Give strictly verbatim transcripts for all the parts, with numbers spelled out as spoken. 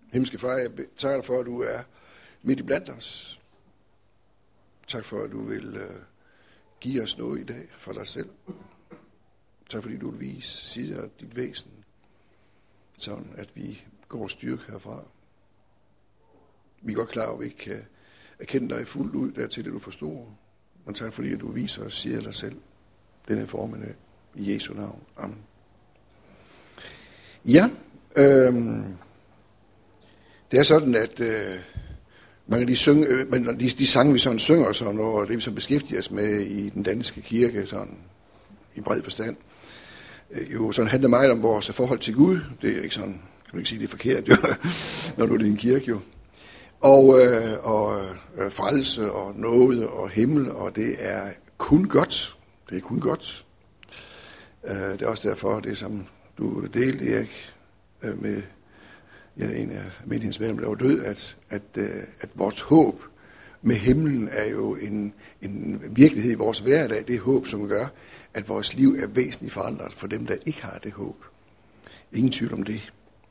Himmelske Far, jeg takker dig for, at du er midt i blandt os. Tak for, at du vil uh, give os noget i dag for dig selv. Tak fordi du vil vise sider af dit væsen, sådan at vi går styrke herfra. Vi er godt klar over, at vi ikke kan erkende dig fuldt ud dertil, det du forstår. Men tak fordi, at du viser os sider af dig selv denne formiddag. I Jesu navn. Amen. Ja, øhm, det er sådan, at øh, mange af de, synge, øh, de, de sange, vi sådan synger, sådan, og det vi så beskæftiger os med i den danske kirke, sådan, i bred forstand, øh, jo sådan handler meget om vores forhold til Gud. Det er ikke sådan, kan man ikke sige, det er forkert, jo, når du er i din kirke, jo. Og, øh, og øh, frelse og nåde og himmel, og det er kun godt. Det er kun godt. Øh, det er også derfor, det som du delte, Erik, øh, med ja, en af menighedsmedlemmer, der var død, at, at, øh, at vores håb med himlen er jo en, en virkelighed i vores hverdag. Det håb, som gør, at vores liv er væsentligt forandret for dem, der ikke har det håb. Ingen tvivl om det.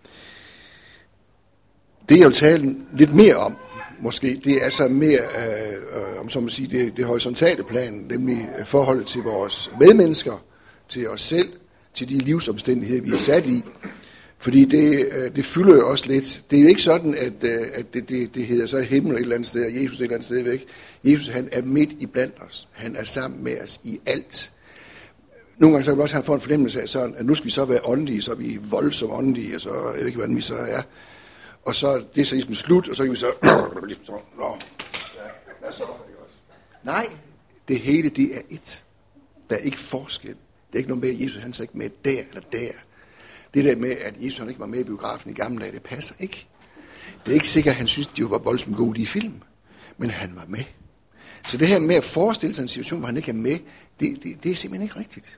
Det, jeg vil tale lidt mere om, måske, det er så mere, øh, om så man siger, det, det horisontale plan, nemlig forholdet til vores medmennesker, til os selv, til de livsomstændigheder, vi er sat i. Fordi det, det fylder jo også lidt. Det er jo ikke sådan, at, at det, det, det hedder så himmel et eller andet sted, og Jesus et eller andet sted væk. Jesus, han er midt i blandt os. Han er sammen med os i alt. Nogle gange så kan vi også have fået en fornemmelse af sådan, at nu skal vi så være åndelige, så er vi voldsomt åndelige, og så jeg ved ikke, hvordan vi så er. Og så det er så ligesom slut, og så kan vi så... Nå, hvad så? Nej, det hele, det er et. Der er ikke forskel. Det er ikke noget med, at Jesus han så ikke med der eller der. Det der med, at Jesus han ikke var med i biografen i gamle dage, det passer ikke. Det er ikke sikkert, at han synes, at de var voldsomt gode i film, men han var med. Så det her med at forestille sig en situation, hvor han ikke er med, det, det, det er simpelthen ikke rigtigt.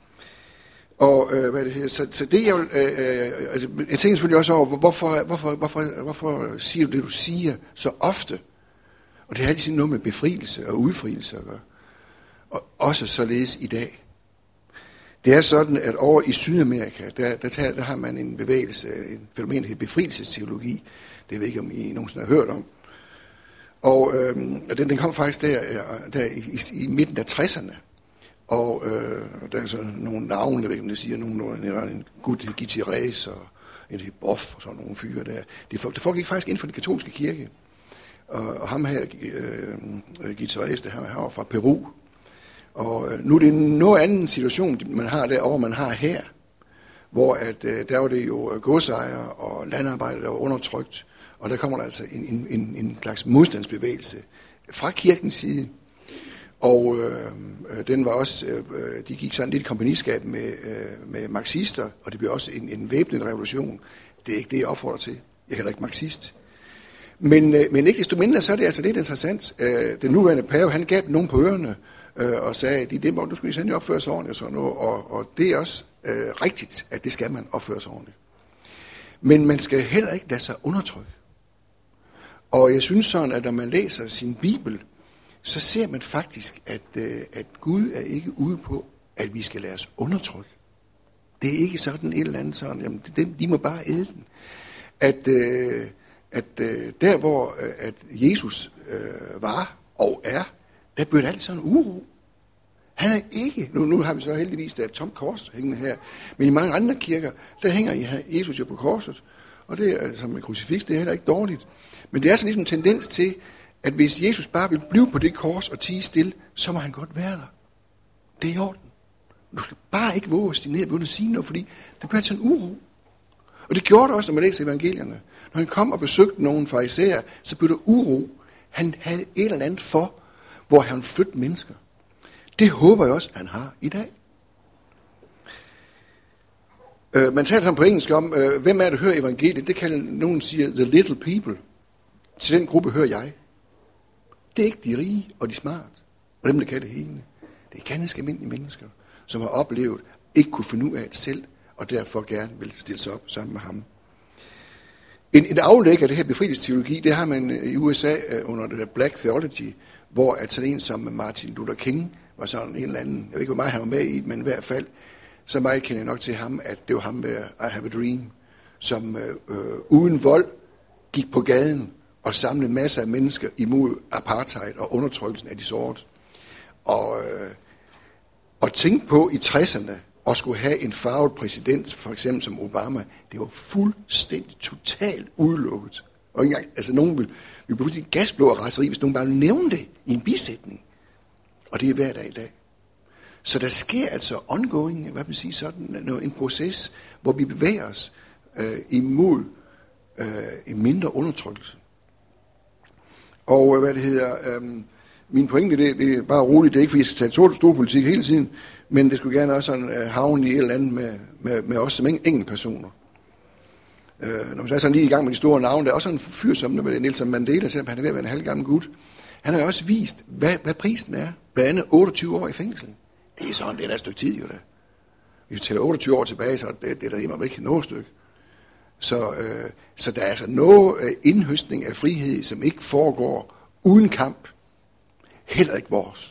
Og øh, hvad det her, så, så det jeg vil, øh, altså, jeg tænker selvfølgelig også over, hvorfor, hvorfor, hvorfor, hvorfor siger du det, du siger så ofte? Og det har altid noget med befrielse og udfrielse at gøre. Og også således i dag. Det er sådan, at over i Sydamerika, der, der, tager, der har man en bevægelse, en fænomen, der hedder befrielsesteologi. Det ved jeg ikke, om I nogensinde har hørt om. Og øh, den, den kom faktisk der, der i, i, i midten af tresserne. Og øh, der er så nogle navne, jeg ved ikke, om det siger, nogen, der er en gut, Gutierrez, og en Boff, og sådan nogle fyre der. Det foregik faktisk inden for den katolske kirke. Og, og ham her, øh, Gutierrez, der her, her var fra Peru. Og øh, nu er det en noget anden situation, man har derovre, man har her. Hvor at, øh, der var det jo godsejere og landarbejdere, der var undertrykt. Og der kommer der altså en, en, en, en slags modstandsbevægelse fra kirkens side. Og øh, den var også, øh, de gik sådan lidt i kompagniskab med, øh, med marxister, og det blev også en, en væbnet revolution. Det er ikke det, jeg opfordrer til. Jeg er heller ikke marxist. Men, øh, men ikke desto mindre, så er det altså lidt interessant. Øh, den nuværende pave, han gav nogen på ørerne øh, og sagde, at i det måde, du skulle sandelig opføre sig ordentligt og sådan noget. Og, og det er også øh, rigtigt, at det skal man opføre sig ordentligt. Men man skal heller ikke lade sig undertrykke. Og jeg synes sådan, at når man læser sin bibel, så ser man faktisk, at, øh, at Gud er ikke ude på, at vi skal lade os undertrykke. Det er ikke sådan et eller andet sådan, jamen, det, de må bare æde den. At, øh, at øh, der, hvor øh, at Jesus øh, var og er, der bliver det altid sådan en uro. Han er ikke, nu, nu har vi så heldigvis, der er et tomt kors hængende her, men i mange andre kirker, der hænger Jesus jo på korset, og det er som en krucifiks, det er heller ikke dårligt. Men det er sådan ligesom en tendens til, at hvis Jesus bare vil blive på det kors og tie stille, så må han godt være der. Det er i orden. Du skal bare ikke våge at stige ned og begynde at sige noget, fordi det bliver sådan en uro. Og det gjorde det også, når man læser evangelierne. Når han kom og besøgte nogle farisæer, så blev der uro. Han havde et eller andet for, hvor han flyttede mennesker. Det håber jeg også, han har i dag. Uh, man taler sådan på engelsk om, uh, hvem er det, der hører evangeliet? Det kan nogen sige, the little people. Til den gruppe hører jeg. Det er ikke de rige og de smarte, og dem, der kan det hele. Det er ganske almindelige mennesker, som har oplevet, ikke kunne finde ud af det selv, og derfor gerne vil stille sig op sammen med ham. En, en aflæg af det her befrielsesteologi, det har man i U S A under det der Black Theology, hvor at sådan en som Martin Luther King var sådan en eller anden, jeg ved ikke, hvor meget han var med i, men i hvert fald, så meget kender jeg nok til ham, at det var ham med I Have a Dream, som øh, uden vold gik på gaden og samlede masser af mennesker imod apartheid og undertrykkelsen af de sorte. Og, øh, og tænk på i tresserne at skulle have en farvet præsident, for eksempel som Obama, det var fuldstændig totalt udelukket. Og ikke engang, altså nogen vil, vil blive fuldstændig gasblå og raseri, hvis nogen bare vil nævne det i en bisætning. Og det er hver dag i dag. Så der sker altså ongoing, hvad vil man sige, sådan en proces, hvor vi bevæger os øh, imod øh, en mindre undertrykkelse. Og øh, hvad det hedder, øh, min pointe, det, det er bare roligt, det er ikke fordi jeg skal tale stor politik hele tiden, men det skulle gerne også sådan, øh, havne i et eller andet med, med, med os som enkelte personer. Øh, når man så er sådan lige i gang med de store navne, der er også sådan en fyr som Nelson Mandela, selvom han er ved at være en halvgammel gut. Han har jo også vist, hvad, hvad prisen er. Blandt andet otteogtyve år i fængsel. Det er sådan, det er da et stykke tid jo da. Hvis vi tæller otteogtyve år tilbage, så er det, det er der hjemme ikke noget stykke. Så, øh, så der er altså noget øh, indhøstning af frihed, som ikke foregår uden kamp. Heller ikke vores.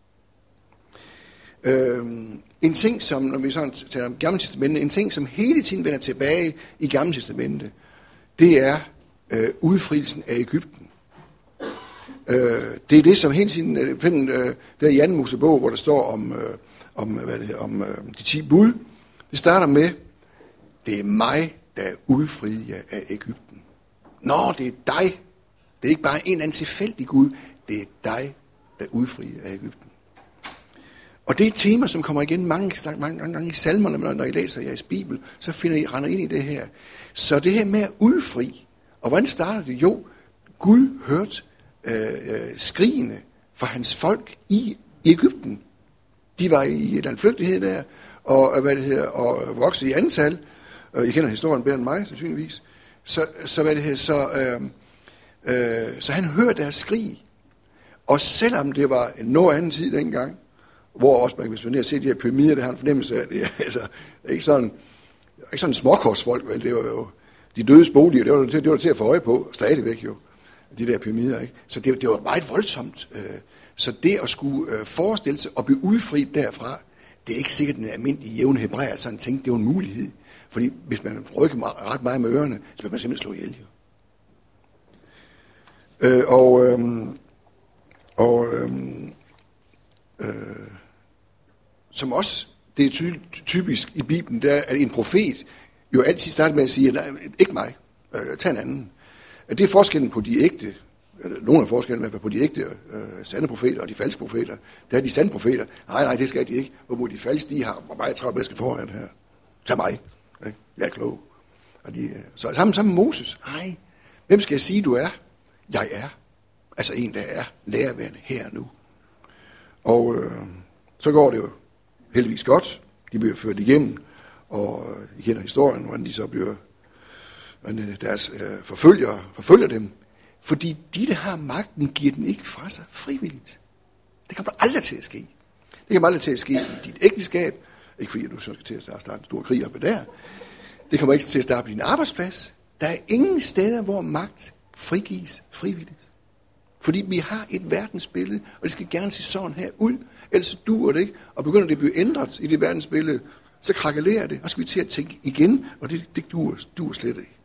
Øh, en ting, som, når vi sådan tager om Gamle Testamente, en ting, som hele tiden vender tilbage i Gamle Testamente, det er øh, udfrielsen af Egypten. Øh, det er det, som hele tiden øh, finder øh, der i anden Mosebog, hvor der står om, øh, om, hvad det, om øh, de ti bud. Det starter med, det er mig, der udfriede jer af Egypten. Nå, det er dig. Det er ikke bare en eller anden tilfældig Gud. Det er dig, der udfriede af Egypten. Og det er et tema, som kommer igen mange, mange, mange gange i salmerne, når I læser jeres Bibel, så finder I, render ind i det her. Så det her med at udfri, og hvordan starter det? Jo, Gud hørte øh, skrigene fra hans folk i Egypten. De var i et flygtighed der, og, hvad det hedder, og voksede i antal. I kender historien bedre end mig, sandsynligvis. Så, så, hvad det hedder, så, øh, øh, så han hørte deres skrig. Og selvom det var en noget anden tid dengang, hvor også, hvis man har set de her pyramider, det har en fornemmelse af, det er, altså, det er ikke sådan, ikke sådan småkorsfolk, vel, det var jo de dødes boliger, det var det, det var til at få øje på, stadigvæk jo, de der pyramider, ikke? Så det, det var meget voldsomt. Så det at skulle forestille sig at blive udfriet derfra, det er ikke sikkert, at den almindelige jævne hebræer sådan tænkte, det var en mulighed. Fordi hvis man rykker ret meget med ørerne, så vil man simpelthen slå ihjel. Øh, og øhm, og øhm, øh, som også, det er ty- typisk i Bibelen, der er en profet jo altid starter med at sige, nej, ikke mig, øh, tag en anden. Det er forskellen på de ægte, nogle af forskellen i hvert fald på de ægte øh, sande profeter og de falske profeter. Der er de sande profeter, nej, nej, det skal de ikke. Hvorimod de falske, de har meget travlt med at skal foran her. Tag mig, ikke? Jeg er klog. Og de, så sammen sammen med Moses, nej, hvem skal jeg sige, du er? Jeg er. Altså en, der er nærværende her nu. Og øh, så går det jo heldigvis godt. De bliver ført igennem, og I kender historien, hvordan de så bliver, hvordan deres øh, forfølgere forfølger dem. Fordi de, der har magten, giver den ikke fra sig frivilligt. Det kommer aldrig til at ske. Det kommer aldrig til at ske i dit ægteskab. Ikke fordi du så skal til at starte en stor krig oppe der. Det kommer ikke til at starte på din arbejdsplads. Der er ingen steder, hvor magt frigives frivilligt. Fordi vi har et verdensbillede, og det skal gerne se sådan her ud, ellers duer det ikke, og begynder det at blive ændret i det verdensbillede, så krakelerer det, og så skal vi til at tænke igen, og det, det duer, duer slet ikke.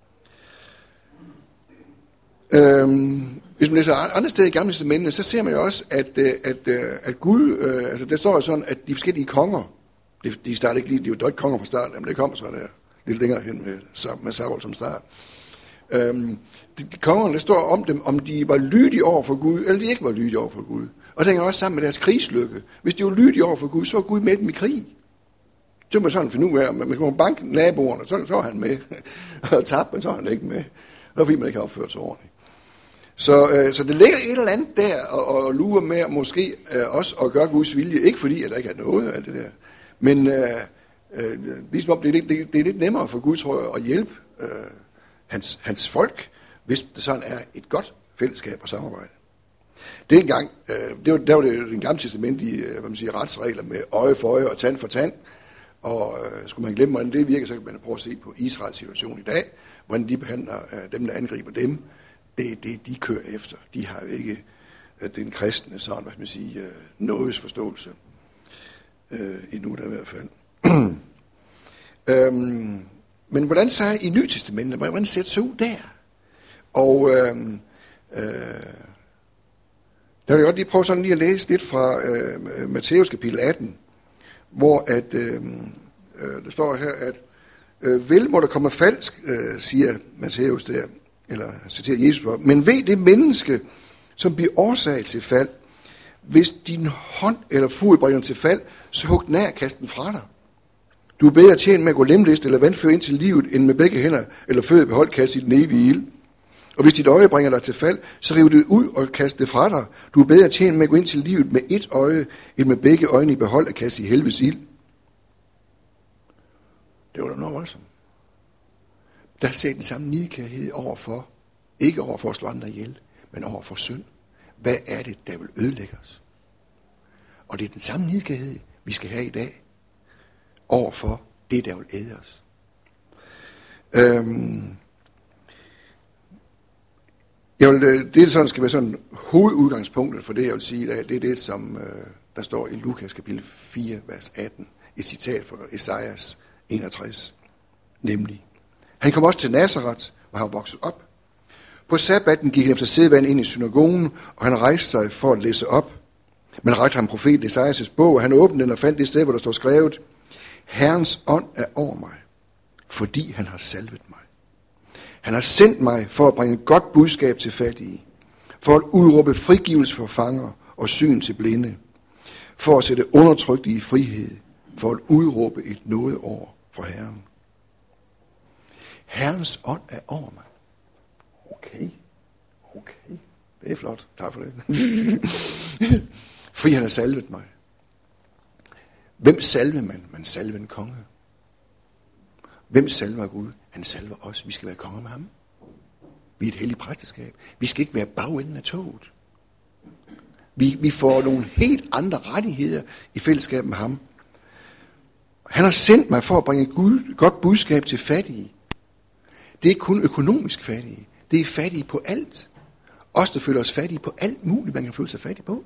Øhm, hvis man læser andre steder i Gamle Testamentet, så ser man jo også, at, at, at Gud, øh, altså der står jo sådan, at de forskellige konger, de, de starter ikke lige, de var dog ikke konger fra starten, men det kommer så der lidt længere hen med, med Saul som start. Øhm, de, de kongerne, der står om dem, om de var lydige over for Gud, eller de ikke var lydige over for Gud. Og det hænger også sammen med deres krigslykke. Hvis de var lydige over for Gud, så var Gud med dem i krig. Så man sådan finde ud af, at man kunne banke naboerne, så, så var han med. Og tabte, men så var han ikke med. Det var fordi, man ikke har opført sig ordentligt. Så, øh, så det ligger et eller andet der, og, og lurer med måske øh, også at gøre Guds vilje. Ikke fordi, at der ikke er noget af alt det der. Men øh, øh, ligesom om det, det, det, det er lidt nemmere for Gud, tror jeg, at hjælpe øh, hans, hans folk, hvis det sådan er et godt fællesskab og samarbejde. Dengang, øh, det var, der var det den gamle testament i hvad man siger, retsregler med øje for øje og tand for tand. Og øh, skulle man glemme, hvordan det virker, så kan man prøve at se på Israels situation i dag, hvordan de behandler øh, dem, der angriber dem. Det er det, de kører efter. De har jo ikke øh, den kristne sådan, hvad man sige, øh, nådesforståelse. Øh, endnu der i hvert fald. øhm, men hvordan så i Nye Testamentet, hvordan ser det så ud der? Og øh, øh, der vil jeg godt lige prøve sådan lige at læse lidt fra øh, Matthæus kapitel atten, hvor at, øh, øh, der står her, at øh, vel må der komme falsk, øh, siger Matthæus der, eller citerer Jesus for, men ved det menneske, som bliver årsag til fald, hvis din hånd eller fod bringer til fald, så hug den af og kast den fra dig. Du er bedre tjent med at gå lemlæst eller vandføre ind til livet, end med begge hænder eller fødder beholdt kast i den evige ild. Og hvis dit øje bringer dig til fald, så riv det ud og kast det fra dig. Du er bedre tjent med at gå ind til livet med et øje, end med begge øjne i behold og kaste i helvedes ild. Det var da noget voldsomt. Der ser den samme nidkærhed overfor, ikke overfor at slå andre ihjel, men overfor synd. Hvad er det, der vil ødelægge os? Og det er den samme nidkærhed, vi skal have i dag, overfor det, der vil æde os. Øhm, jeg vil, det sådan skal være sådan hovedudgangspunktet for det, jeg vil sige i dag. Det er det, som øh, der står i Lukas kapitel fire, vers atten. Et citat fra Esajas enogtres. Nemlig, han kom også til Nazareth, hvor han var vokset op. På sabbaten gik han efter sædvane ind i synagogen, og han rejste sig for at læse op. Men rakte ham profeten Esajas' bog, og han åbnede den og fandt det sted, hvor der står skrevet, Herrens ånd er over mig, fordi han har salvet mig. Han har sendt mig for at bringe godt budskab til fattige, for at udråbe frigivelse for fanger og syn til blinde, for at sætte undertrykte i frihed, for at udråbe et nådeår for Herren. Herrens ånd er over mig. Okay, okay, det er flot, tak for det. Fordi han har salvet mig. Hvem salver man? Man salver en konge. Hvem salver Gud? Han salver os. Vi skal være konger med ham. Vi er et helligt præsteskab. Vi skal ikke være bagenden af toget. Vi, vi får nogle helt andre rettigheder i fællesskab med ham. Han har sendt mig for at bringe Gud, godt budskab til fattige. Det er ikke kun økonomisk fattige. Det er fattige på alt. Os, der føler os fattige på alt muligt, man kan føle sig fattig på.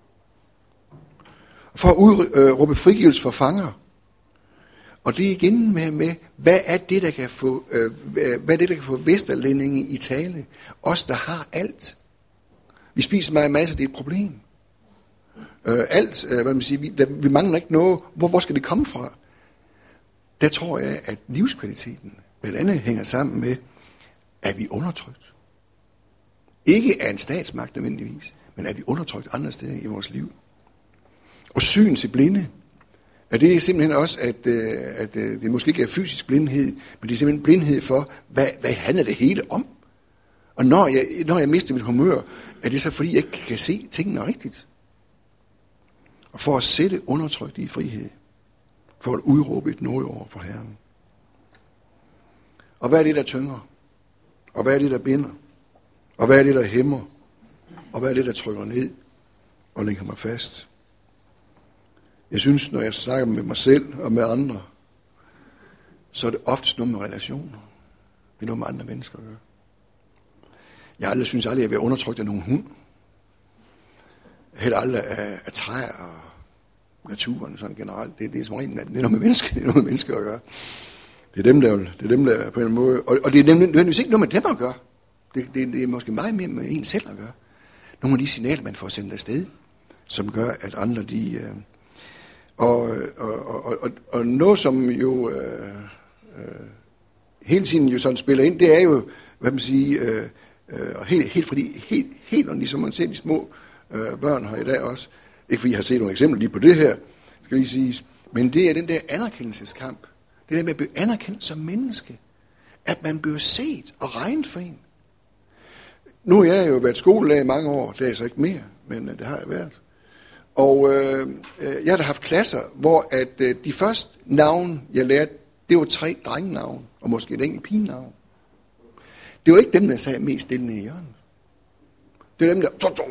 For at udråbe frigivelse for fanger. Og det er igen med, med hvad er det, der kan få, øh, hvad er det, der kan få vesterlændinge i tale? Os, der har alt. Vi spiser meget masse, det er et problem. Øh, alt, øh, hvad man siger, vi, der, vi mangler ikke noget. Hvor, hvor skal det komme fra? Der tror jeg, at livskvaliteten blandt andet hænger sammen med, at vi er undertrykt. Ikke af en statsmagt nødvendigvis, men at vi er undertrykt andre steder i vores liv. Og syn til blinde. Og det er simpelthen også, at, at det måske ikke er fysisk blindhed, men det er simpelthen blindhed for, hvad, hvad handler det hele om? Og når jeg, når jeg mister mit humør, er det så fordi, jeg ikke kan se tingene rigtigt. Og for at sætte undertrykt i frihed. For at udråbe et nådeår for Herren. Og hvad er det, der tynger? Og hvad er det, der binder? Og hvad er det, der hæmmer? Og hvad er det, der trykker ned og lægger mig fast? Jeg synes, når jeg snakker med mig selv og med andre, så er det oftest noget med relationer. Det er noget med andre mennesker at gøre. Jeg aldrig synes aldrig, at jeg vil være undertrykt af nogen hund. Heller aldrig af, af træer og naturen sådan generelt. Det, det er som rent, det er noget med mennesker, det er noget med mennesker at gøre. Det er dem, der, det er dem, der på en måde, og, og det er nemlig ikke noget med dem at gøre. Det, det, det er måske meget mere med en selv at gøre. Nogle af de signaler, man får sendt afsted, som gør, at andre de... Øh, og, og, og, og, og noget, som jo øh, øh, hele tiden jo sådan spiller ind, det er jo, hvad man siger, øh, øh, helt, helt fordi, helt, helt ligesom man ser de små øh, børn her i dag også, ikke fordi jeg har set nogle eksempler lige på det her, skal lige siges, men det er den der anerkendelseskamp. Det der med at blive anerkendt som menneske. At man bliver set og regnet for en. Nu har jeg jo været skolelærer i mange år, det er så ikke mere, men det har jeg været. Og øh, jeg har da haft klasser, hvor at øh, de første navne, jeg lærte, det var tre drengenavne, og måske et enkelt pigenavn. Det var ikke dem, der sagde mest stille i hjørnet. Det var dem, der...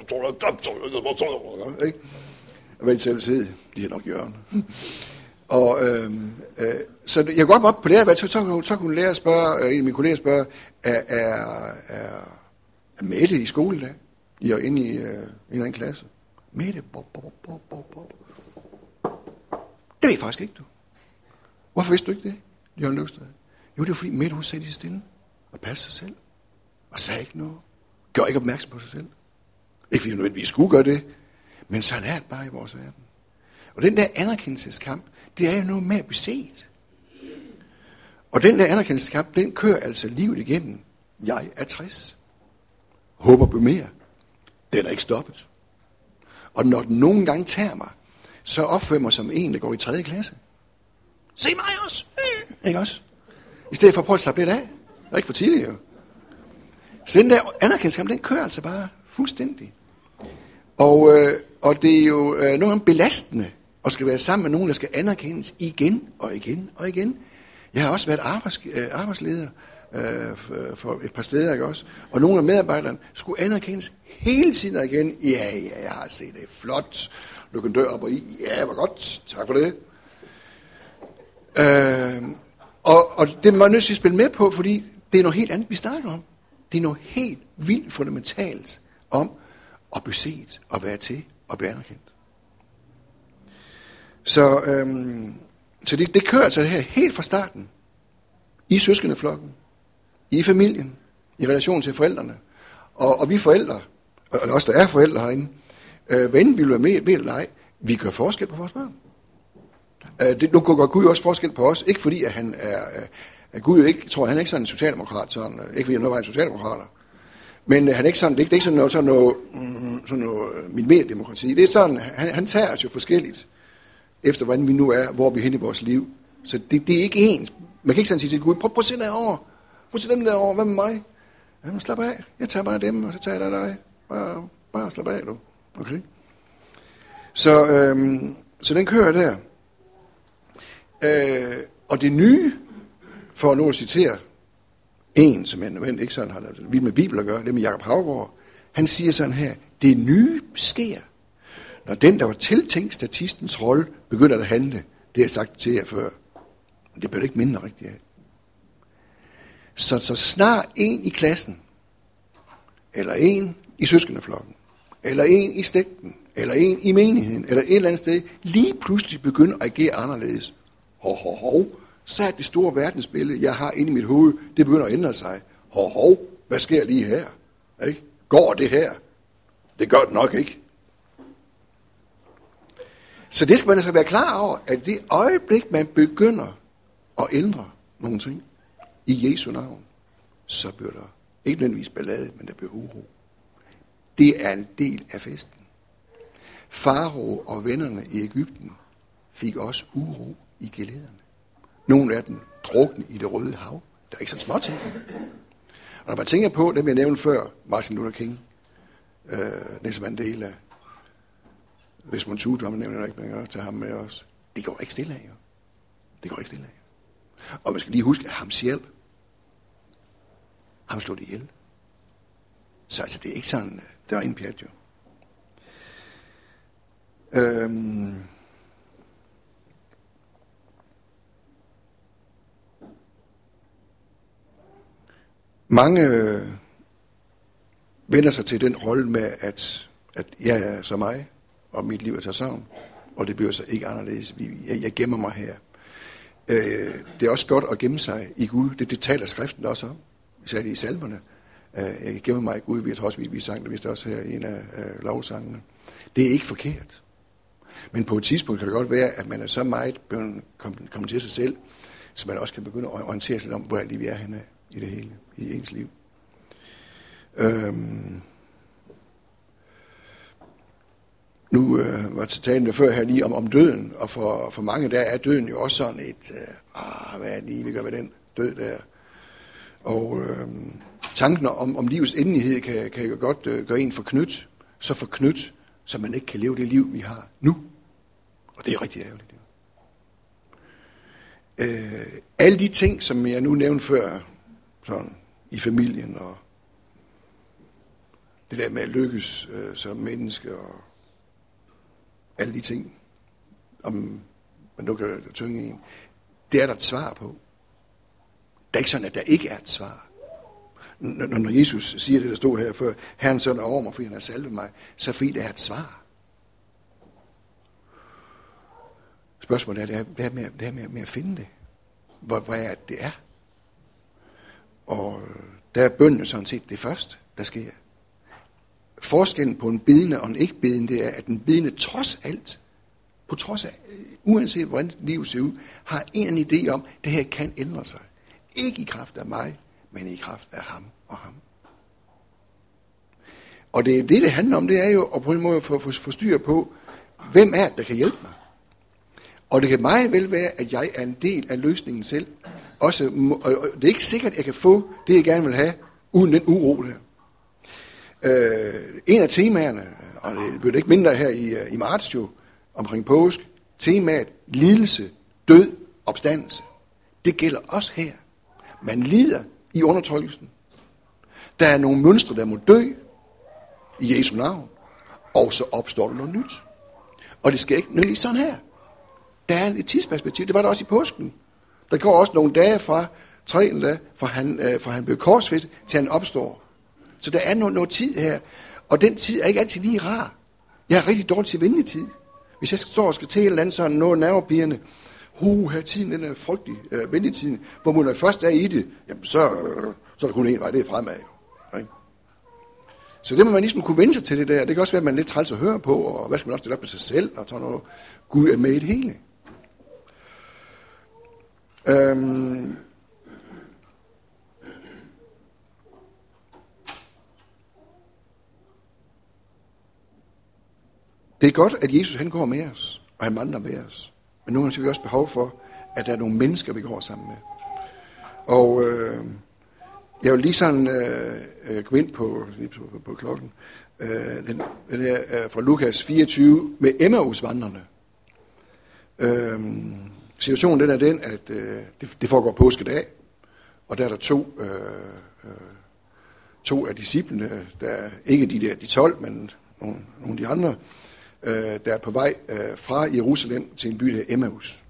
Ikke? Og hvad de selv sidde, de er nok hjørnet. Og øh, øh, så jeg går godt op på det her, så, så, så kunne lærer spørge, en af mine kolleger spørge, er, er, er, er Mette i skole i dag? I er inde i øh, en eller anden klasse. Mette, bop, bop, bop, bop, bop. Det ved jeg faktisk ikke, du. Hvorfor vidste du ikke det, Jørgen Løvstad? Jo, det er fordi Mette, hun sagde det stille og passe sig selv. og sagde ikke noget. Gør ikke opmærksom på sig selv. Ikke fordi nødvendigvis skulle gøre det, men sådan er det bare i vores verden. Og den der anerkendelseskamp, det er jo noget med at blive set. Og den der anerkendelseskamp, den kører altså livet igennem. Jeg er tres. Håber på mere. Den er ikke stoppet. Og når den nogle gange tager mig, så opfører mig som en, der går i tredje klasse. Se mig også! Øh, ikke også? I stedet for at prøve at slappe lidt af. Det er ikke for tidligt jo. Så den der anerkendelseskamp, den kører altså bare fuldstændig. Og, øh, og det er jo øh, nogle gange belastende at skal være sammen med nogen, der skal anerkendes igen og igen og igen. Jeg har også været arbejds, øh, arbejdsleder øh, for, for et par steder, ikke også? Og nogle af medarbejderne skulle anerkendes hele tiden og igen. Ja, ja, jeg har set det. Flot. Du kan dø op og i. Ja, hvor godt. Tak for det. Øh, og, og det må man nødt til at spille med på, fordi det er noget helt andet, vi snakker om. Det er noget helt vildt fundamentalt om at blive set og være til og blive anerkendt. Så, øhm, så det, det kører altså det her helt fra starten. I søskendeflokken, i familien, i relation til forældrene. Og, og vi forældre, og også der er forældre herinde, øh, hvad enten vi vil være med, med eller ej, vi gør forskel på vores børn. Øh, det, nu går Gud også forskel på os, ikke fordi at han er, at Gud jo ikke, tror han er ikke sådan en socialdemokrat, sådan, ikke fordi han er en socialdemokrater. Men han er ikke sådan, det er ikke, det er ikke sådan noget, sådan noget, sådan noget millimeterdemokrati. Det er sådan, han, han tager os jo forskelligt, efter hvordan vi nu er, hvor vi er henne i vores liv. Så det, det er ikke ens. Man kan ikke sådan sige til Gud, prøv, prøv at se derovre. Prøv at se dem derovre, hvad med mig? Jamen slap af, jeg tager bare dem, og så tager jeg dig. Bare, bare slap af, du. Okay? Så, øhm, så den kører der. Øh, og det nye, for nu at citere en, som jeg nødvendigt ikke sådan har vildt med Bibelen at gøre, det med Jakob Haugaard, han siger sådan her, det nye sker, når den, der var tiltænkt statistens rolle, begynder at handle. Det har jeg sagt til jer før. Men det bliver det ikke mindre rigtigt af. Så, så snart en i klassen, eller en i søskendeflokken, eller en i slægten, eller en i menigheden, eller et eller andet sted, lige pludselig begynder at agere anderledes. Hov, hov, hov. Så er det store verdensbillede, jeg har inde i mit hoved, det begynder at ændre sig. Hov, hov, hvad sker lige her? Ikke? Går det her? Det gør det nok ikke. Så det skal man altså være klar over, at det øjeblik, man begynder at ændre nogle ting i Jesu navn, så bliver der ikke nødvendigvis ballade, men der bliver uro. Det er en del af festen. Farao og vennerne i Egypten fik også uro i gelederne. Nogle af dem drukne i det røde hav. Der er ikke sådan små ting. Og når man tænker på dem, jeg nævnte før, Martin Luther King, øh, Nelson Mandela, Desmond Tutu, man nævner ikke, man kan tage ham med os. Det går ikke stille af, jo. Det går ikke stille af. Og man skal lige huske, at ham selv, ham slog det ihjel. Så altså, det er ikke sådan, der var ingen pjat, jo. Øhm... Mange øh, vender sig til den rolle med, at, at jeg er så mig, og mit liv er så sammen, og det bliver så ikke anderledes. Jeg, jeg gemmer mig her. Øh, det er også godt at gemme sig i Gud. Det, det taler skriften også om. Vi sagde det i salmerne. Øh, jeg gemmer mig i Gud. Vi tror også, vi, vi sang det vist også her i en af øh, lovsangene. Det er ikke forkert. Men på et tidspunkt kan det godt være, at man er så meget kommet til sig selv, så man også kan begynde at orientere sig om, hvor er det, vi er henne i det hele, i ens liv. Øhm. Nu øh, var talen før her lige om, om døden, og for, for mange der er døden jo også sådan et, øh, ah, hvad er det lige, vi gør med den død der? Og øh, tanken om, om livets endelighed kan, kan jo godt øh, gøre en forknyt, så forknyt, så man ikke kan leve det liv, vi har nu. Og det er rigtig ærgerligt. Øh, alle de ting, som jeg nu nævnte før, sådan i familien, og det der med at lykkes øh, som menneske, og alle de ting, om man nu kan tynge en, det er der et svar på. Det er ikke sådan, at der ikke er et svar. Når, når Jesus siger det, der stod her før, Herren søn er over mig, fordi han har salvet mig, så er fordi der er et svar. Spørgsmålet er, det er, det er, med, det er med, med at finde det. Hvor, hvor er det er. Og der er bønnen sådan set det første, der sker. Forskellen på en bedende og en ikke bedende, det er, at den bedende trods alt, på trods af, uanset hvordan livet ser ud, har en idé om, at det her kan ændre sig. Ikke i kraft af mig, men i kraft af ham og ham. Og det, det, det handler om, det er jo at på en måde få, få, få styr på, hvem er det, der kan hjælpe mig. Og det kan meget vel være, at jeg er en del af løsningen selv. Også, og det er ikke sikkert, at jeg kan få det, jeg gerne vil have, uden den uro der. Øh, en af temaerne, og det bliver ikke mindre her i, i marts jo, omkring påske, temaet lidelse, død, opstandelse. Det gælder også her. Man lider i undertrykkelsen. Der er nogle mønstre, der må dø i Jesu navn, og så opstår der noget nyt. Og det skal ikke nødvendigvis sådan her. Der er et tidsperspektiv. Det var der også i påsken. Der går også nogle dage fra, tre dage, fra han, øh, fra han blev korsfæstet, til han opstår. Så der er noget, noget tid her. Og den tid er ikke altid lige rar. Jeg er rigtig dårlig til ventetid. Hvis jeg står og skal til et eller andet sådan noget nervepirrende, uh, her tiden, den er frygtelig øh, ventetiden, hvor man er først er i det, jamen så, øh, så er der kun en vej, det er fremad. Ikke? Så det må man ligesom kunne vende sig til det der. Det kan også være, at man er lidt træls at høre på, og hvad skal man også stille op med sig selv, og sådan noget. Gud er med i det hele. Øhm. Det er godt, at Jesus han går med os, og han vandrer med os. Men nogle gange har vi også behov for, at der er nogle mennesker, vi går sammen med. Og øh, jeg vil lige sådan øh, gå ind på, lige på, på, på klokken. Øh, den, den er øh, fra Lukas fireogtyve med Emmaus-vandrene. Øh, situationen den er den, at øh, det, det foregår påskedag, og der er der to, øh, øh, to af disciplene, der er ikke de der de tolv, men nogle, nogle af de andre, øh, der er på vej øh, fra Jerusalem til en by, der hedder Emmaus.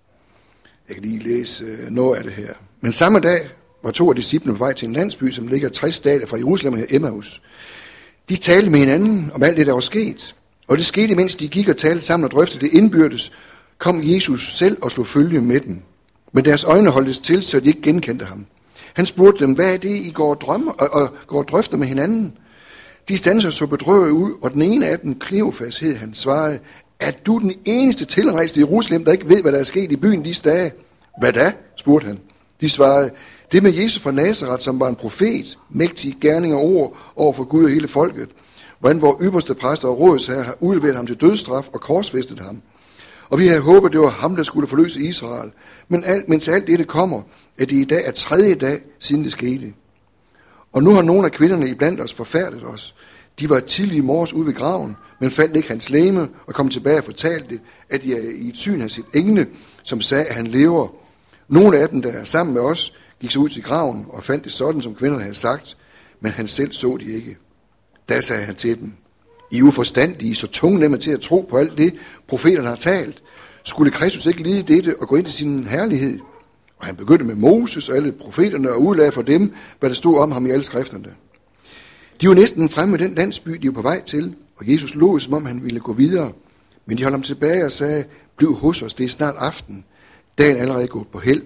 Jeg kan lige læse øh, noget af det her. Men samme dag var to af disciplene på vej til en landsby, som ligger tres stadier fra Jerusalem, her Emmaus. De talte med hinanden om alt det, der var sket. Og det skete, mens de gik og talte sammen og drøftede det indbyrdes, kom Jesus selv og slog følge med dem. Men deres øjne holdtes til, så de ikke genkendte ham. Han spurgte dem, hvad er det, I går og, drømmer, og, og går og drøfter med hinanden? De standsede så bedrøvet ud, og den ene af dem, Kleofas hed han, svarede, er du den eneste tilrejste i Jerusalem, der ikke ved, hvad der er sket i byen disse dage? Hvad da? Spurgte han. De svarede, det med Jesus fra Nazaret, som var en profet, mægtig gerning og ord over for Gud og hele folket, hvordan vores ypperste præster og rådsherre har udleveret ham til dødsstraf og korsfæstet ham. Og vi havde håbet, det var ham, der skulle forløse Israel. Men alt, mens alt dette kommer, at det i dag er tredje dag, siden det skete. Og nu har nogle af kvinderne iblandt os forfærdet os. De var tidlig i morges ude ved graven, men fandt ikke hans legeme og kom tilbage og fortalte, at de i et syn havde set engle, som sagde, at han lever. Nogle af dem, der er sammen med os, gik så ud til graven og fandt det sådan, som kvinderne havde sagt, men han selv så de ikke. Da sagde han til dem, I er uforstandige, så tungnemme til at tro på alt det, profeterne har talt. Skulle Kristus ikke lide dette og gå ind til sin herlighed? Og han begyndte med Moses og alle profeterne og udlagde for dem, hvad der stod om ham i alle skrifterne. De var næsten fremme med den landsby, de var på vej til, og Jesus lod, som om han ville gå videre. Men de holdt ham tilbage og sagde, bliv hos os, det er snart aften. Dagen er allerede gået på held.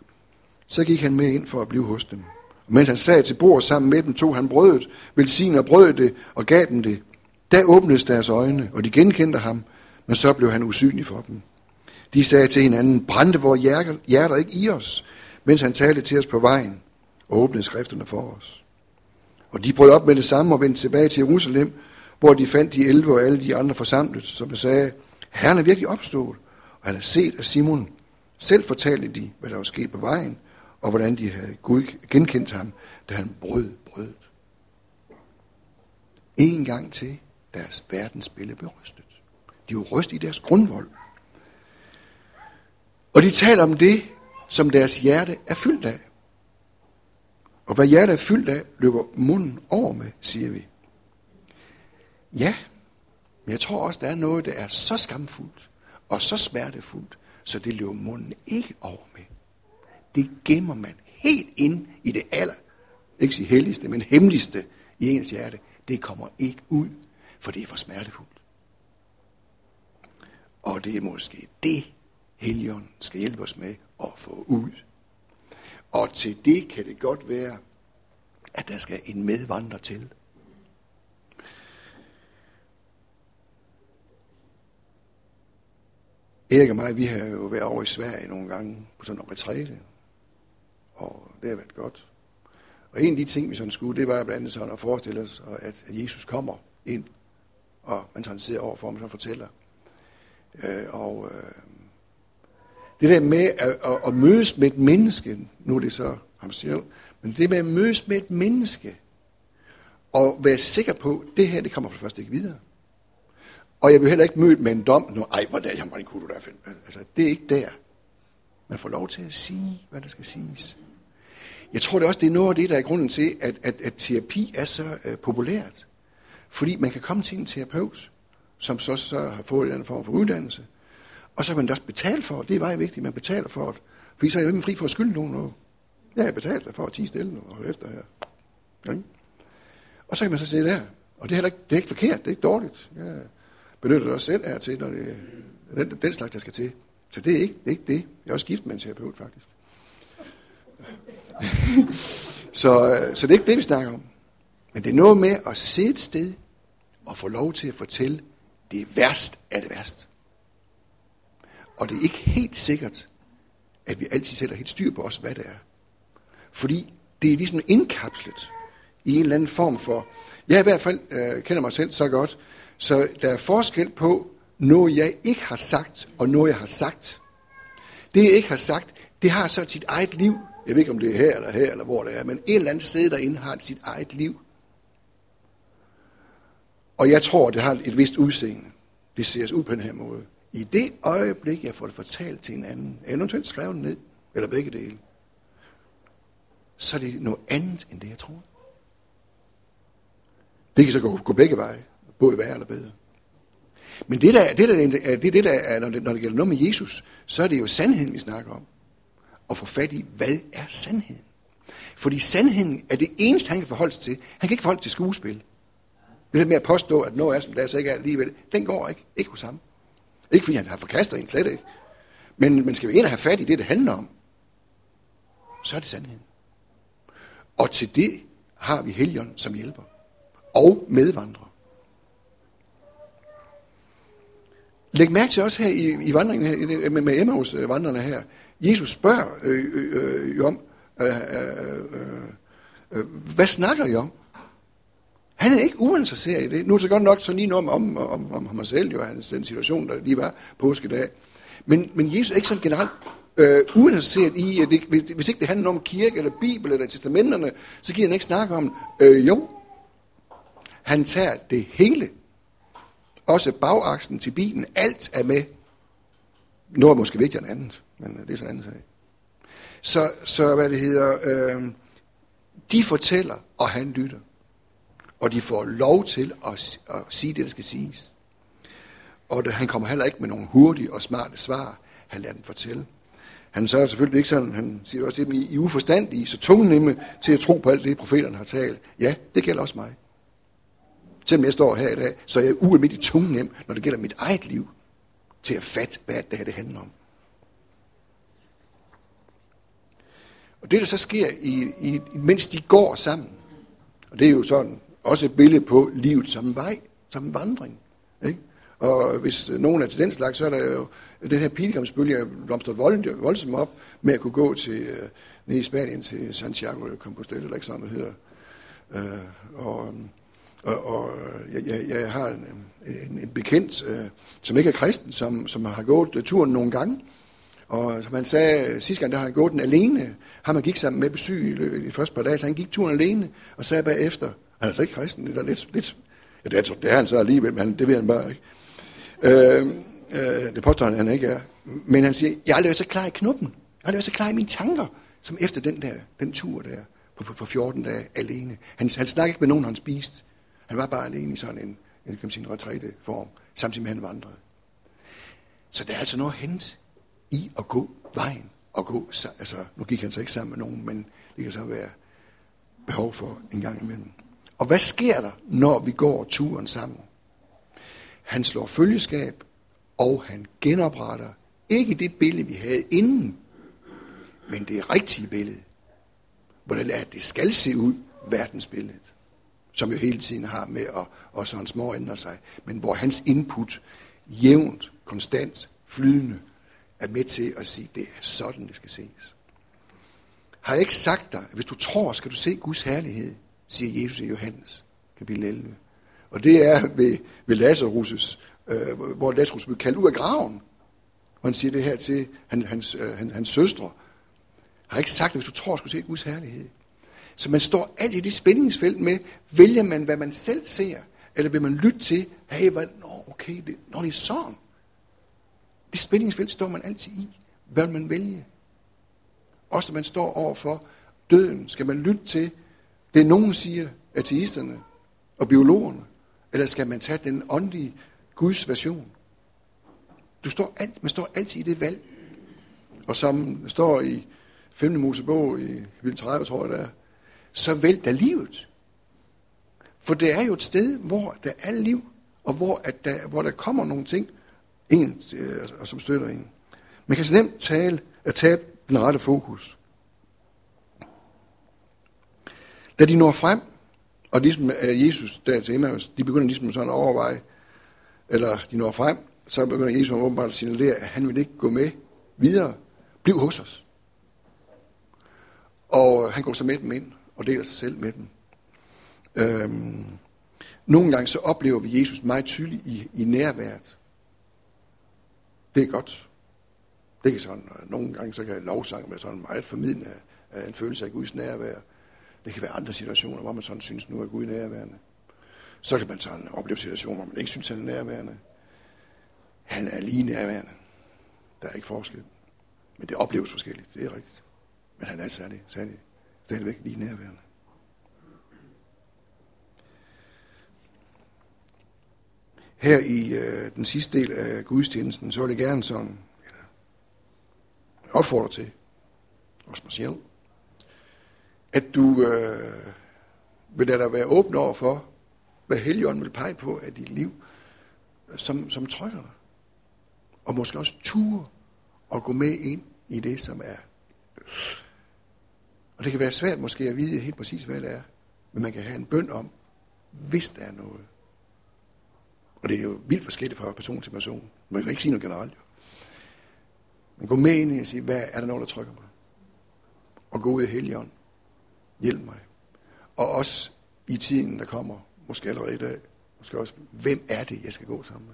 Så gik han med ind for at blive hos dem. Og mens han sad til bord sammen med dem, tog han brødet, velsignede og brød det og gav dem det. Da åbnedes deres øjne, og de genkendte ham, men så blev han usynlig for dem. De sagde til hinanden, brændte vores hjerter, hjerter ikke i os, mens han talte til os på vejen og åbnede skrifterne for os. Og de brød op med det samme og vendte tilbage til Jerusalem, hvor de fandt de elve og alle de andre forsamlet, som sagde, Herren er virkelig opstået, og han har set af Simon. Selv fortalte de, hvad der var sket på vejen, og hvordan de havde Gud genkendt ham, da han brød brødet. En gang til deres verdensbillede blev rystet. De var rystet i deres grundvold. Og de taler om det, som deres hjerte er fyldt af. Og hvad hjertet er fyldt af, løber munden over med, siger vi. Ja, men jeg tror også, der er noget, der er så skamfuldt og så smertefuldt, så det løber munden ikke over med. Det gemmer man helt ind i det aller, ikke sige helligste, men hemmeligste i ens hjerte. Det kommer ikke ud, for det er for smertefuldt. Og det er måske det, Helligånden skal hjælpe os med at få ud. Og til det kan det godt være, at der skal en medvandrer til. Erik og mig, vi har jo været over i Sverige nogle gange på sådan en retræte, og det har været godt. Og en af de ting, vi sådan skulle, det var blandt andet sådan at forestille os, at, at Jesus kommer ind, og man sådan sidder overfor ham og fortæller. Øh, og øh, det der med at, at, at mødes med et menneske, nu er det så ham selv, men det med at mødes med et menneske, og være sikker på, at det her, det kommer for det første ikke videre. Og jeg vil heller ikke møde med en dom, nu, ej, hvordan, hvordan kunne du der finde? Altså, det er ikke der. Man får lov til at sige, hvad der skal siges. Jeg tror det også, det er noget af det, der er grunden til, at, at, at terapi er så uh, populært. Fordi man kan komme til en terapeut, som så, så har fået en anden form for uddannelse, og så har man også betalt for det. Det er meget vigtigt, man betaler for det. Fordi så er jeg jo ikke fri for at skylde nogen noget. Jeg har betalt for at tige stille nu, og efter her. Ja. Og så kan man så sidde der. Og det er heller ikke, det er ikke forkert, det er ikke dårligt. Jeg benytter det også selv af til, når det er den, den slags, der skal til. Så det er ikke det. Er ikke det. Jeg er også gift med en terapeut, faktisk. så, så det er ikke det, vi snakker om. Men det er noget med at sidde et sted og få lov til at fortælle det værst af det værst. Og det er ikke helt sikkert, at vi altid sætter helt styr på os, hvad det er. Fordi det er ligesom indkapslet i en eller anden form for... Jeg i hvert fald øh, kender mig selv så godt, så der er forskel på noget, jeg ikke har sagt, og noget, jeg har sagt. Det, jeg ikke har sagt, det har så sit eget liv. Jeg ved ikke, om det er her eller her, eller hvor det er, men et eller andet sted derinde har det sit eget liv. Og jeg tror, det har et vist udseende. Det ser ud på den her måde. I det øjeblik, jeg får det fortalt til en anden, eventuelt skrevet ned, eller begge dele, så er det noget andet, end det jeg troede. Det kan så gå, gå begge veje, både værre eller bedre. Men det, der, det, der, det, det, der er, når det, når det gælder noget med Jesus, så er det jo sandheden, vi snakker om. Og få fat i, hvad er sandheden? Fordi sandheden er det eneste, han kan forholde sig til. Han kan ikke forholde sig til skuespil. Det er med at påstå, at noget er, som det er, så ikke er alligevel. Den går ikke. Ikke hos ham. Ikke fordi han har forkastet en, slet ikke. Men man skal jo ind og have fat i det, det handler om. Så er det sandheden. Og til det har vi Helligånden som hjælper. Og medvandrere. Læg mærke til også her i, i vandringen her, med, med Emmaus vandrerne her. Jesus spørger øh, øh, øh, om, øh, øh, øh, hvad snakker I om? Han er ikke uinteresseret i det. Nu er det godt nok så lige noget om, om, om ham selv, jo, hans, den situation, der lige var påskedag. Men, men Jesus er ikke sådan generelt øh, uinteresseret i, at det, hvis, hvis ikke det handler om kirke, eller bibel, eller testamenterne, så giver han ikke snakke om, øh, jo, han tager det hele. Også bagaksen til bilen, alt er med. Noget er måske vigtigere end andet, men det er sådan en anden sag. Så, så hvad det hedder, øh, de fortæller, og han lytter. Og de får lov til at, at sige det, der skal siges. Og det, han kommer heller ikke med nogle hurtige og smarte svar. Han lader dem fortælle. Han sørger selvfølgelig ikke sådan, han siger også, at I er uforstandige, så tungnemme til at tro på alt det, profeterne har talt. Ja, det gælder også mig. Selvom jeg står her i dag, så er jeg ualmindelig tungnem, når det gælder mit eget liv, til at fatte, hvad det her det handler om. Og det, der så sker, i, i, mens de går sammen, og det er jo sådan også et billede på livet som en vej, som en vandring. Ikke? Og hvis nogen er til den slags, så er der jo den her pilgrimsbølge, der blomstret vold, voldsomt op med at kunne gå til, uh, ned i Spanien til Santiago de Compostela, eller ikke sådan, det hedder. Uh, og... Og, og jeg, jeg, jeg har en, en, en bekendt, øh, som ikke er kristen, som, som har gået uh, turen nogle gange. Og som han sagde, sidste gang der har han gået den alene. Ham han gik sammen med besøg i de første par dage, så han gik turen alene, og sagde bagefter, han er altså ikke kristen, det er lidt, lidt ja, det, er, det er han så alligevel, men det ved han bare ikke. Øh, øh, det påstår han, han ikke er. Men han siger, jeg har aldrig været så klar i knuppen. Jeg har aldrig været så klar i mine tanker, som efter den der, den tur der, på, for fjorten dage alene. Han, han snakkede ikke med nogen, han spiste. Han var bare alene i sådan en, en, kan man sige, en retræteform, samtidig med han vandrede. Så der er altså noget hent i at gå vejen. Og gå, altså, nu gik han så ikke sammen med nogen, men det kan så være behov for en gang imellem. Og hvad sker der, når vi går turen sammen? Han slår følgeskab, og han genopretter ikke det billede, vi havde inden, men det rigtige billede. Hvordan er det skal se ud, verdensbilledet, som jo hele tiden har med at, at sådan små ændre sig, men hvor hans input jævnt, konstant, flydende, er med til at sige, det er sådan, det skal ses. Har jeg ikke sagt dig, at hvis du tror, skal du se Guds herlighed, siger Jesus i Johannes, kapitel elleve. Og det er ved, ved Lazarus' øh, hvor Lazarus blev kaldt ud af graven. Og han siger det her til han, hans, øh, hans, hans søstre. Har ikke sagt, at hvis du tror, skal du se Guds herlighed. Så man står altid i det spændingsfelt med, vælger man, hvad man selv ser, eller vil man lytte til, hey, hvad, nå, okay, det, når det er sådan. Det spændingsfelt står man altid i. Hvad vil man vælge? Også når man står over for døden, skal man lytte til det, nogen siger, ateisterne og biologerne, eller skal man tage den åndelige Guds version? Du står alt, man står altid i det valg. Og som står i femte Mosebog, i kapitel tredive, tror jeg det er, så vælg da livet. For det er jo et sted, hvor der er liv, og hvor, at der, hvor der kommer nogle ting, en, øh, som støtter en. Man kan så nemt tale at tabe den rette fokus. Da de når frem, og ligesom Jesus der til Emmaus, de begynder ligesom sådan at overveje, eller de når frem, så begynder Jesus åbenbart at signalere, at han vil ikke gå med videre. Bliv hos os. Og han går så med dem ind, og deler sig selv med dem. Øhm, nogle gange så oplever vi Jesus meget tydeligt i, i nærværet. Det er godt. Det kan sådan, nogle gange så kan lovsang være sådan meget formidlende af en følelse af Guds nærvær. Det kan være andre situationer, hvor man sådan synes, nu er Gud nærværende. Så kan man sådan opleve situationer, hvor man ikke synes, han er nærværende. Han er lige nærværende. Der er ikke forskel. Men det opleves forskelligt, det er rigtigt. Men han er særlig, særlig, stadigvæk lige nærværende. Her i øh, den sidste del af gudstjenesten, så vil jeg gerne sådan eller, opfordre til, også mig selv, at du øh, vil lade dig være åben over for, hvad Helligånden vil pege på af dit liv, som, som trykker dig. Og måske også ture og gå med ind i det, som er. Og det kan være svært måske at vide helt præcis, hvad det er. Men man kan have en bøn om, hvis der er noget. Og det er jo vildt forskelligt fra person til person. Man kan ikke sige noget generelt. Jo. Men gå med ind i og sige, hvad er der noget, der trykker mig? Og gå ud i Helligånden. Hjælp mig. Og også i tiden, der kommer, måske allerede i dag, måske også, hvem er det, jeg skal gå sammen med?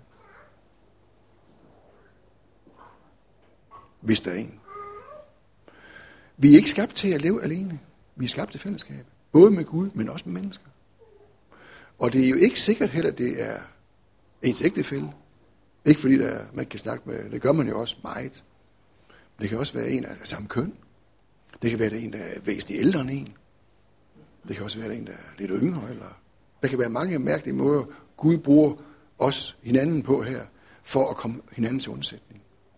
Hvis der er en. Vi er ikke skabt til at leve alene. Vi er skabt til fællesskab. Både med Gud, men også med mennesker. Og det er jo ikke sikkert heller, at det er ens ægtefælle. Ikke fordi der, man kan snakke med, det gør man jo også meget. Det kan også være en af samme køn. Det kan være en, der er væsentligt ældre end en. Det kan også være en, der er lidt yngre. Eller der kan være mange mærkelige måder, Gud bruger os hinanden på her, for at komme hinanden til undsætning.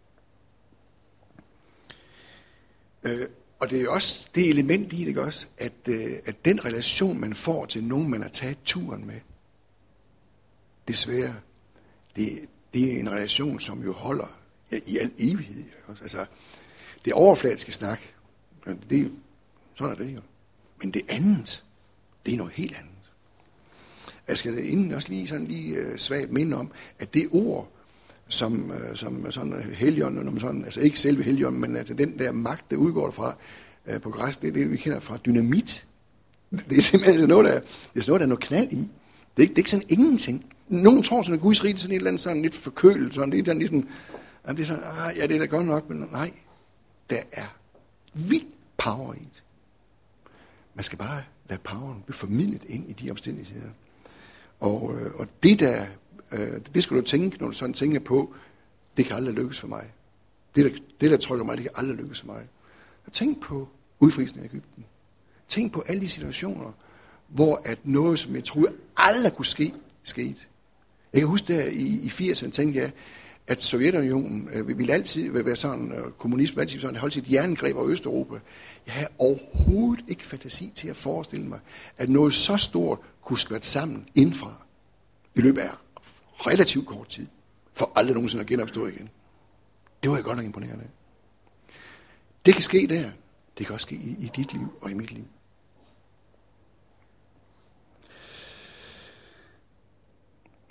Øh, og det er jo også det element i det, ikke også, at, øh, at den relation, man får til nogen, man har taget turen med, desværre, det, det er en relation, som jo holder ja, i al evighed. Ikke også? Altså, det overfladiske snak, det, sådan er det jo. Men det andet, det er noget helt andet. Jeg skal inden også lige sådan lige uh, svagt minde om, at det ord, som, uh, som sådan Helligånden, sådan, altså ikke selve Helligånden, men altså den der magt, der udgår fra uh, på græs, det er det, vi kender fra dynamit. Det er simpelthen noget, der, det er noget, der er noget knald i. Det er ikke, det er ikke sådan ingenting. Nogen tror sådan, at Guds rige er sådan et eller andet sådan lidt forkølet, sådan, det er sådan ligesom, det er sådan, ah, ja, det er da godt nok, men nej, der er vild power i det. Man skal bare lade poweren blive formidlet ind i de omstændigheder. Og, øh, og det der, øh, det skal du tænke, når du sådan tænker på, det kan aldrig lykkes for mig. Det der, det, der trykker mig, det kan aldrig lykkes for mig. Og tænk på udfrielsen af Egypten. Tænk på alle de situationer, hvor at noget, som jeg troede aldrig kunne ske, skete. Jeg kan huske der i, i firserne, tænkte jeg, at Sovjetunionen øh, ville altid være sådan, øh, kommunismen altid sådan, holde sit jerngreb over Østeuropa. Jeg havde overhovedet ikke fantasi til at forestille mig, at noget så stort kunne skvætte sammen indfra i løbet af relativt kort tid, for aldrig nogensinde at genopstå igen. Det var jeg godt nok imponerende af. Det kan ske der. Det kan også ske i, i dit liv og i mit liv.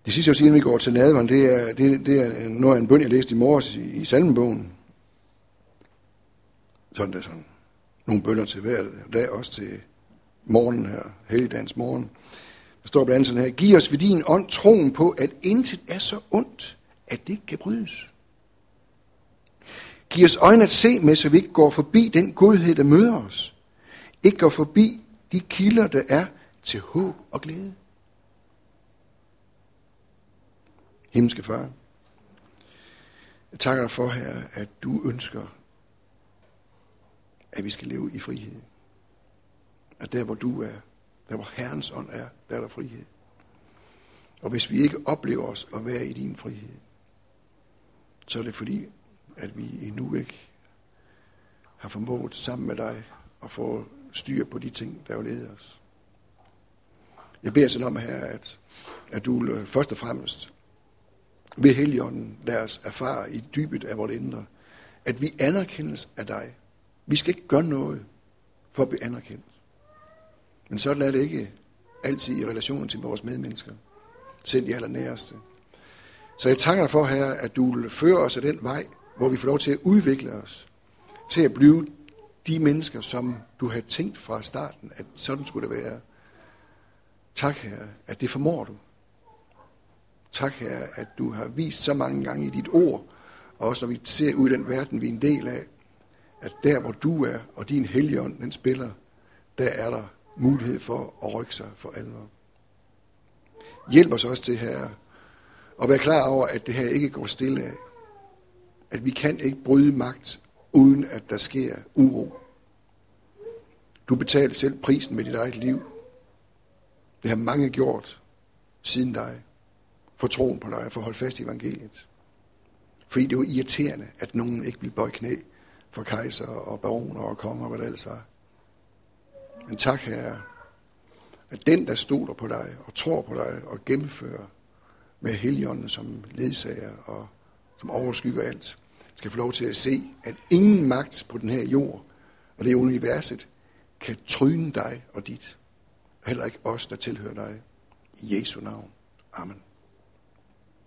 Det sidste, jeg siger, inden vi går til nadveren, det er, det, det er noget af en bøn, jeg læste i morges i, i salmebogen. Sådan der sådan. Nogle bønner til hver dag, også til morgenen her, helligdagens morgen. Der står blandt andet sådan her: giv os ved din ånd troen på, at intet er så ondt, at det ikke kan brydes. Giv os øjne at se med, så vi ikke går forbi den godhed, der møder os. Ikke går forbi de kilder, der er til håb og glæde. Himmelske Far, jeg takker dig for, her, at du ønsker, at vi skal leve i frihed. At der, hvor du er, der hvor Herrens ånd er, der er der frihed. Og hvis vi ikke oplever os at være i din frihed, så er det fordi, at vi endnu ikke har formået sammen med dig at få styr på de ting, der vil lede os. Jeg beder sådan om her, at, at du først og fremmest ved Helligånden lad os erfare i dybet af vores indre, at vi anerkendes af dig. Vi skal ikke gøre noget for at blive anerkendt. Men sådan er det ikke altid i relationen til vores medmennesker, selv de allernæreste. Så jeg takker dig for, her, at du vil føre os af den vej, hvor vi får lov til at udvikle os, til at blive de mennesker, som du havde tænkt fra starten, at sådan skulle det være. Tak, Herre, at det formår du. Tak, Herre, at du har vist så mange gange i dit ord, og også når vi ser ud i den verden, vi er en del af, at der, hvor du er, og din Helligånd, den spiller, der er der mulighed for at rykke sig for alvor. Hjælp os også til, Herre, at være klar over, at det her ikke går stille af. At vi kan ikke bryde magt, uden at der sker uro. Du betalte selv prisen med dit eget liv. Det har mange gjort siden dig, for troen på dig, for at holde fast i evangeliet. Fordi det var irriterende, at nogen ikke ville bøje knæ for kejser og baroner og konger, hvad det ellers var. Men tak, Herre, at den, der stoler på dig og tror på dig og gennemfører med Helligånden som ledsager og som overskygger alt, skal få lov til at se, at ingen magt på den her jord og det universet kan tryne dig og dit. Heller ikke os, der tilhører dig. I Jesu navn. Amen.